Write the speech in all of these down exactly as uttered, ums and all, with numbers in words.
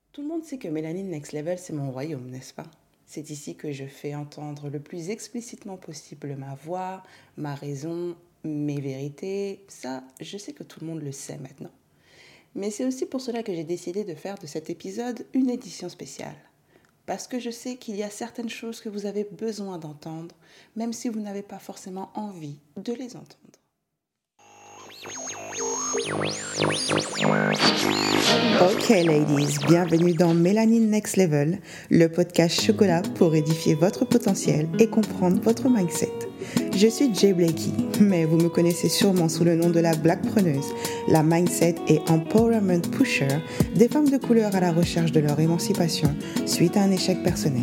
Tout le monde sait que Mélanie Next Level, c'est mon royaume, n'est-ce pas? C'est ici que je fais entendre le plus explicitement possible ma voix, ma raison, mes vérités. Ça, je sais que tout le monde le sait maintenant. Mais c'est aussi pour cela que j'ai décidé de faire de cet épisode une édition spéciale. Parce que je sais qu'il y a certaines choses que vous avez besoin d'entendre, même si vous n'avez pas forcément envie de les entendre. Ok ladies, bienvenue dans Melanin Next Level, le podcast chocolat pour édifier votre potentiel et comprendre votre mindset. Je suis Jay Blakey, mais vous me connaissez sûrement sous le nom de la Black Preneuse, la mindset et empowerment pusher des femmes de couleur à la recherche de leur émancipation suite à un échec personnel.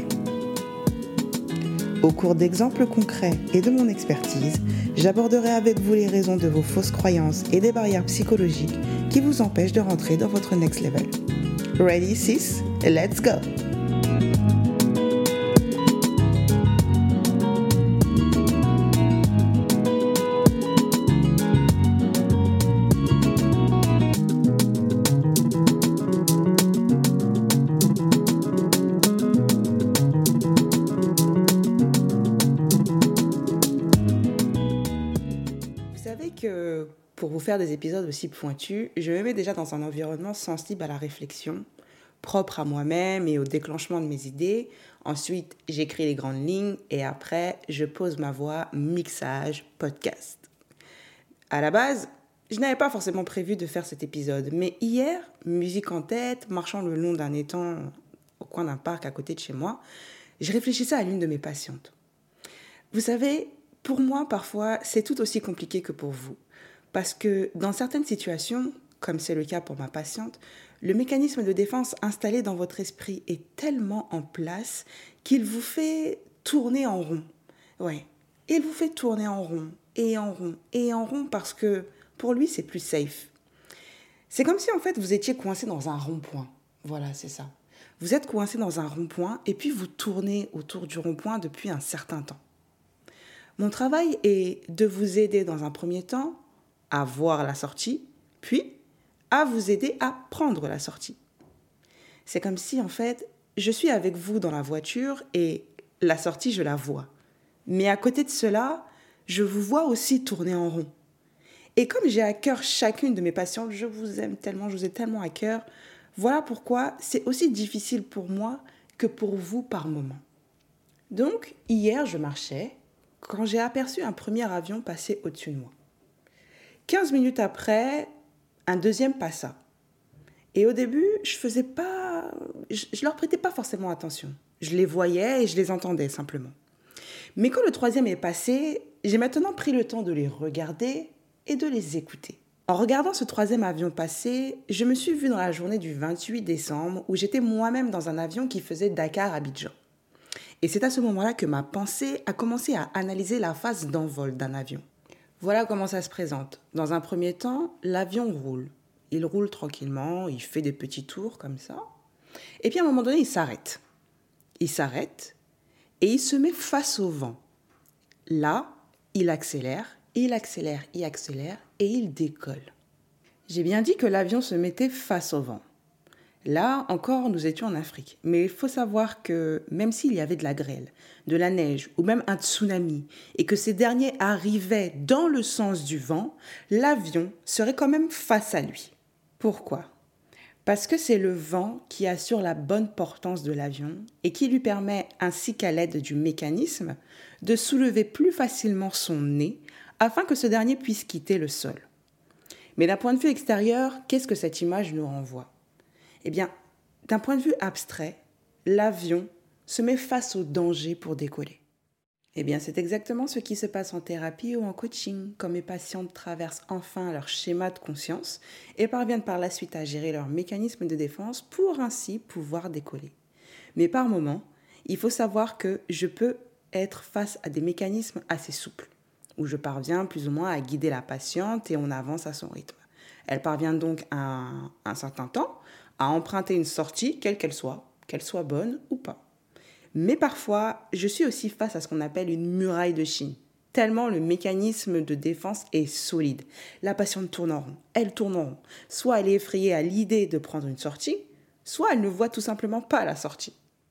Au cours d'exemples concrets et de mon expertise, j'aborderai avec vous les raisons de vos fausses croyances et des barrières psychologiques qui vous empêchent de rentrer dans votre next level. Ready, sis? Let's go! Que pour vous faire des épisodes aussi pointus, je me mets déjà dans un environnement sensible à la réflexion, propre à moi-même et au déclenchement de mes idées. Ensuite, j'écris les grandes lignes et après, je pose ma voix, mixage, podcast. À la base, je n'avais pas forcément prévu de faire cet épisode, mais hier, musique en tête, marchant le long d'un étang au coin d'un parc à côté de chez moi, je réfléchissais à l'une de mes patientes. Vous savez, pour moi, parfois, c'est tout aussi compliqué que pour vous. Parce que dans certaines situations, comme c'est le cas pour ma patiente, le mécanisme de défense installé dans votre esprit est tellement en place qu'il vous fait tourner en rond. Ouais, il vous fait tourner en rond, et en rond, et en rond, parce que pour lui, c'est plus safe. C'est comme si, en fait, vous étiez coincé dans un rond-point. Voilà, c'est ça. Vous êtes coincé dans un rond-point, et puis vous tournez autour du rond-point depuis un certain temps. Mon travail est de vous aider dans un premier temps à voir la sortie, puis à vous aider à prendre la sortie. C'est comme si, en fait, je suis avec vous dans la voiture et la sortie, je la vois. Mais à côté de cela, je vous vois aussi tourner en rond. Et comme j'ai à cœur chacune de mes patientes, je vous aime tellement, je vous ai tellement à cœur, voilà pourquoi c'est aussi difficile pour moi que pour vous par moment. Donc, hier, je marchais quand j'ai aperçu un premier avion passer au-dessus de moi. quinze minutes après, un deuxième passa. Et au début, je faisais pas, je, je leur prêtais pas forcément attention. Je les voyais et je les entendais simplement. Mais quand le troisième est passé, j'ai maintenant pris le temps de les regarder et de les écouter. En regardant ce troisième avion passer, je me suis vue dans la journée du vingt-huit décembre où j'étais moi-même dans un avion qui faisait Dakar-Abidjan. Et c'est à ce moment-là que ma pensée a commencé à analyser la phase d'envol d'un avion. Voilà comment ça se présente. Dans un premier temps, l'avion roule. Il roule tranquillement, il fait des petits tours comme ça. Et puis à un moment donné, il s'arrête. Il s'arrête et il se met face au vent. Là, il accélère, il accélère, il accélère et il décolle. J'ai bien dit que l'avion se mettait face au vent. Là encore, nous étions en Afrique. Mais il faut savoir que même s'il y avait de la grêle, de la neige ou même un tsunami et que ces derniers arrivaient dans le sens du vent, l'avion serait quand même face à lui. Pourquoi ? Parce que c'est le vent qui assure la bonne portance de l'avion et qui lui permet, ainsi qu'à l'aide du mécanisme, de soulever plus facilement son nez afin que ce dernier puisse quitter le sol. Mais d'un point de vue extérieur, qu'est-ce que cette image nous renvoie ? Eh bien, d'un point de vue abstrait, l'avion se met face au danger pour décoller. Eh bien, c'est exactement ce qui se passe en thérapie ou en coaching, quand mes patientes traversent enfin leur schéma de conscience et parviennent par la suite à gérer leur mécanisme de défense pour ainsi pouvoir décoller. Mais par moments, il faut savoir que je peux être face à des mécanismes assez souples, où je parviens plus ou moins à guider la patiente et on avance à son rythme. Elle parvient donc à un, un certain temps à emprunter une sortie, quelle qu'elle soit, qu'elle soit bonne ou pas. Mais parfois, je suis aussi face à ce qu'on appelle une muraille de Chine, tellement le mécanisme de défense est solide. La patiente tourne en rond, elle tourne en rond. Soit elle est effrayée à l'idée de prendre une sortie, soit elle ne voit tout simplement pas la sortie.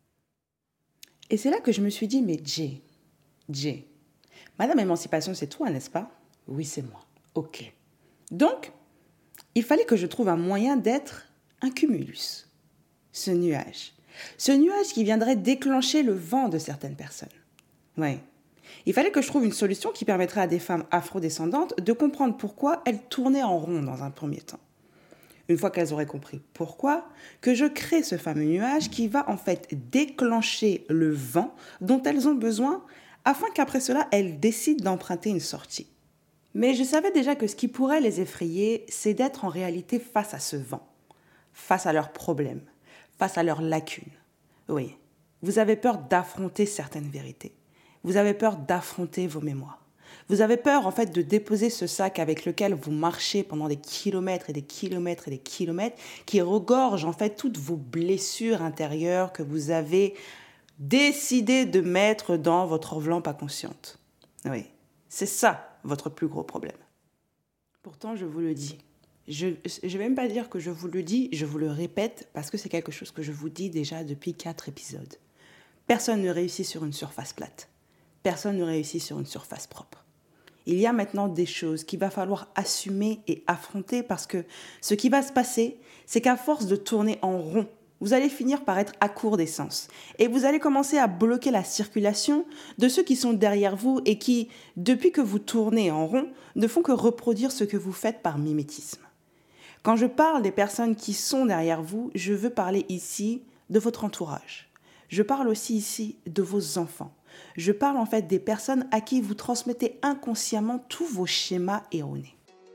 Et c'est là que je me suis dit, mais Jay, Jay, Madame Émancipation, c'est toi, n'est-ce pas? Oui, c'est moi. Ok. Donc, il fallait que je trouve un moyen d'être un cumulus. Ce nuage. Ce nuage qui viendrait déclencher le vent de certaines personnes. Oui. Il fallait que je trouve une solution qui permettrait à des femmes afrodescendantes de comprendre pourquoi elles tournaient en rond dans un premier temps. Une fois qu'elles auraient compris pourquoi, que je crée ce fameux nuage qui va en fait déclencher le vent dont elles ont besoin afin qu'après cela, elles décident d'emprunter une sortie. Mais je savais déjà que ce qui pourrait les effrayer, c'est d'être en réalité face à ce vent, face à leurs problèmes, face à leurs lacunes. Oui, vous avez peur d'affronter certaines vérités. Vous avez peur d'affronter vos mémoires. Vous avez peur en fait de déposer ce sac avec lequel vous marchez pendant des kilomètres et des kilomètres et des kilomètres, qui regorge en fait toutes vos blessures intérieures que vous avez décidé de mettre dans votre enveloppe inconsciente. Oui, c'est ça votre plus gros problème. Pourtant, je vous le dis. Je ne vais même pas dire que je vous le dis, je vous le répète parce que c'est quelque chose que je vous dis déjà depuis quatre épisodes. Personne ne réussit sur une surface plate. Personne ne réussit sur une surface propre. Il y a maintenant des choses qu'il va falloir assumer et affronter parce que ce qui va se passer, c'est qu'à force de tourner en rond, vous allez finir par être à court d'essence et vous allez commencer à bloquer la circulation de ceux qui sont derrière vous et qui, depuis que vous tournez en rond, ne font que reproduire ce que vous faites par mimétisme. Quand je parle des personnes qui sont derrière vous, je veux parler ici de votre entourage. Je parle aussi ici de vos enfants. Je parle en fait des personnes à qui vous transmettez inconsciemment tous vos schémas erronés.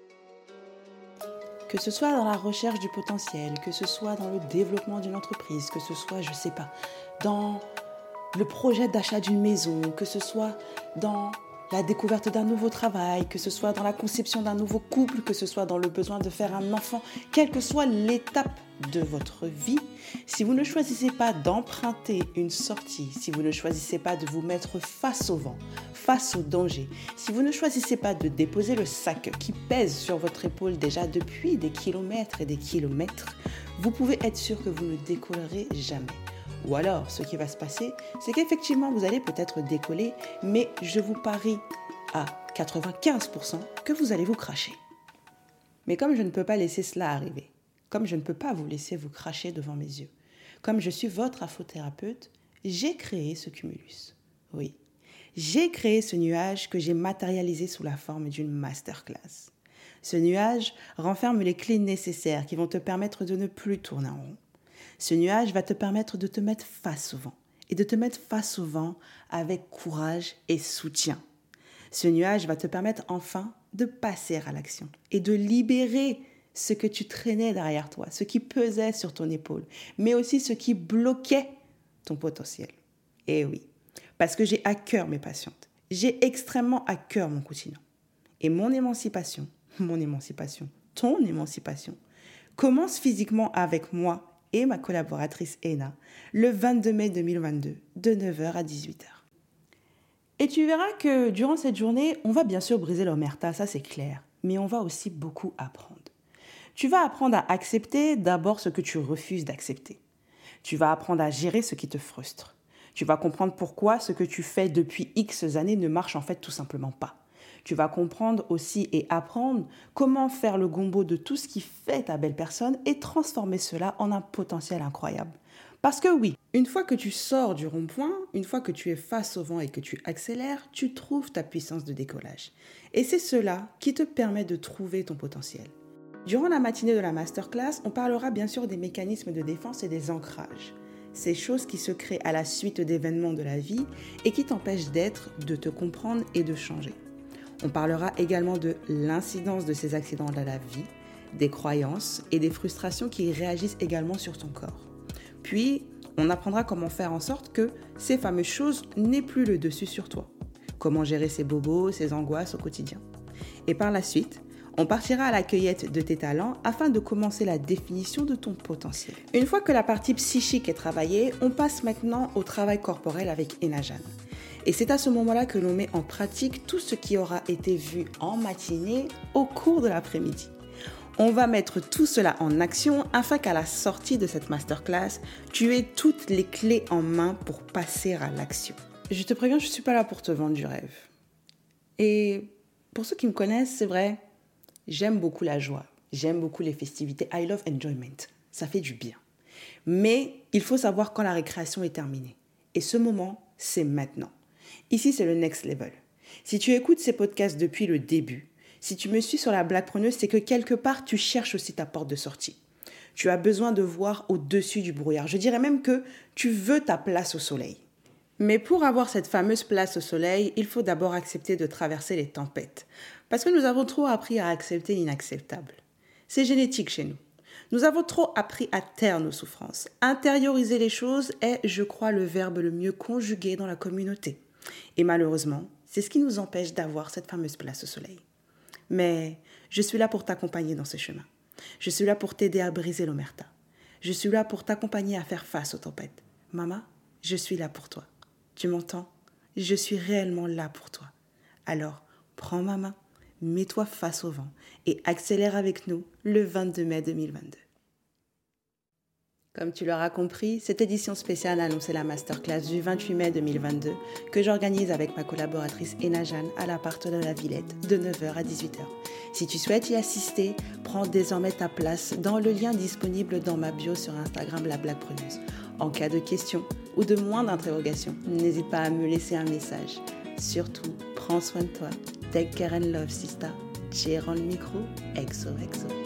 Que ce soit dans la recherche du potentiel, que ce soit dans le développement d'une entreprise, que ce soit, je ne sais pas, dans le projet d'achat d'une maison, que ce soit dans la découverte d'un nouveau travail, que ce soit dans la conception d'un nouveau couple, que ce soit dans le besoin de faire un enfant, quelle que soit l'étape de votre vie, si vous ne choisissez pas d'emprunter une sortie, si vous ne choisissez pas de vous mettre face au vent, face au danger, si vous ne choisissez pas de déposer le sac qui pèse sur votre épaule déjà depuis des kilomètres et des kilomètres, vous pouvez être sûr que vous ne décollerez jamais. Ou alors, ce qui va se passer, c'est qu'effectivement, vous allez peut-être décoller, mais je vous parie à quatre-vingt-quinze pour cent que vous allez vous cracher. Mais comme je ne peux pas laisser cela arriver, comme je ne peux pas vous laisser vous cracher devant mes yeux, comme je suis votre afrothérapeute, j'ai créé ce cumulus. Oui, j'ai créé ce nuage que j'ai matérialisé sous la forme d'une masterclass. Ce nuage renferme les clés nécessaires qui vont te permettre de ne plus tourner en rond. Ce nuage va te permettre de te mettre face au vent et de te mettre face au vent avec courage et soutien. Ce nuage va te permettre enfin de passer à l'action et de libérer ce que tu traînais derrière toi, ce qui pesait sur ton épaule, mais aussi ce qui bloquait ton potentiel. Et oui, parce que j'ai à cœur mes patientes, j'ai extrêmement à cœur mon quotidien. Et mon émancipation, mon émancipation, ton émancipation, commence physiquement avec moi et ma collaboratrice Ena, le vingt-deux mai deux mille vingt-deux, de neuf heures à dix-huit heures. Et tu verras que durant cette journée, on va bien sûr briser l'omerta, ça c'est clair, mais on va aussi beaucoup apprendre. Tu vas apprendre à accepter d'abord ce que tu refuses d'accepter. Tu vas apprendre à gérer ce qui te frustre. Tu vas comprendre pourquoi ce que tu fais depuis X années ne marche en fait tout simplement pas. Tu vas comprendre aussi et apprendre comment faire le gombo de tout ce qui fait ta belle personne et transformer cela en un potentiel incroyable. Parce que oui, une fois que tu sors du rond-point, une fois que tu es face au vent et que tu accélères, tu trouves ta puissance de décollage. Et c'est cela qui te permet de trouver ton potentiel. Durant la matinée de la masterclass, on parlera bien sûr des mécanismes de défense et des ancrages. Ces choses qui se créent à la suite d'événements de la vie et qui t'empêchent d'être, de te comprendre et de changer. On parlera également de l'incidence de ces accidents dans la vie, des croyances et des frustrations qui réagissent également sur ton corps. Puis, on apprendra comment faire en sorte que ces fameuses choses n'aient plus le dessus sur toi. Comment gérer ces bobos, ces angoisses au quotidien. Et par la suite, on partira à la cueillette de tes talents afin de commencer la définition de ton potentiel. Une fois que la partie psychique est travaillée, on passe maintenant au travail corporel avec Ena Jeanne. Et c'est à ce moment-là que l'on met en pratique tout ce qui aura été vu en matinée au cours de l'après-midi. On va mettre tout cela en action afin qu'à la sortie de cette masterclass, tu aies toutes les clés en main pour passer à l'action. Je te préviens, je ne suis pas là pour te vendre du rêve. Et pour ceux qui me connaissent, c'est vrai, j'aime beaucoup la joie, j'aime beaucoup les festivités. I love enjoyment, ça fait du bien. Mais il faut savoir quand la récréation est terminée. Et ce moment, c'est maintenant. Ici, c'est le next level. Si tu écoutes ces podcasts depuis le début, si tu me suis sur la Blackpreneuse, c'est que quelque part, tu cherches aussi ta porte de sortie. Tu as besoin de voir au-dessus du brouillard. Je dirais même que tu veux ta place au soleil. Mais pour avoir cette fameuse place au soleil, il faut d'abord accepter de traverser les tempêtes. Parce que nous avons trop appris à accepter l'inacceptable. C'est génétique chez nous. Nous avons trop appris à taire nos souffrances. Intérioriser les choses est, je crois, le verbe le mieux conjugué dans la communauté. Et malheureusement, c'est ce qui nous empêche d'avoir cette fameuse place au soleil. Mais je suis là pour t'accompagner dans ce chemin. Je suis là pour t'aider à briser l'omerta. Je suis là pour t'accompagner à faire face aux tempêtes. Maman, je suis là pour toi. Tu m'entends? Je suis réellement là pour toi. Alors, prends ma main, mets-toi face au vent et accélère avec nous le vingt-deux mai deux mille vingt-deux. Comme tu l'auras compris, cette édition spéciale annonçait la masterclass du vingt-huit mai deux mille vingt-deux que j'organise avec ma collaboratrice Ena Jeanne à l'appart de la Villette de neuf heures à dix-huit heures. Si tu souhaites y assister, prends désormais ta place dans le lien disponible dans ma bio sur Instagram La Blackpreneuse. En cas de questions ou de moindre interrogation, n'hésite pas à me laisser un message. Surtout, prends soin de toi. Take care and love, sister. Cheer on le micro. Exo, exo.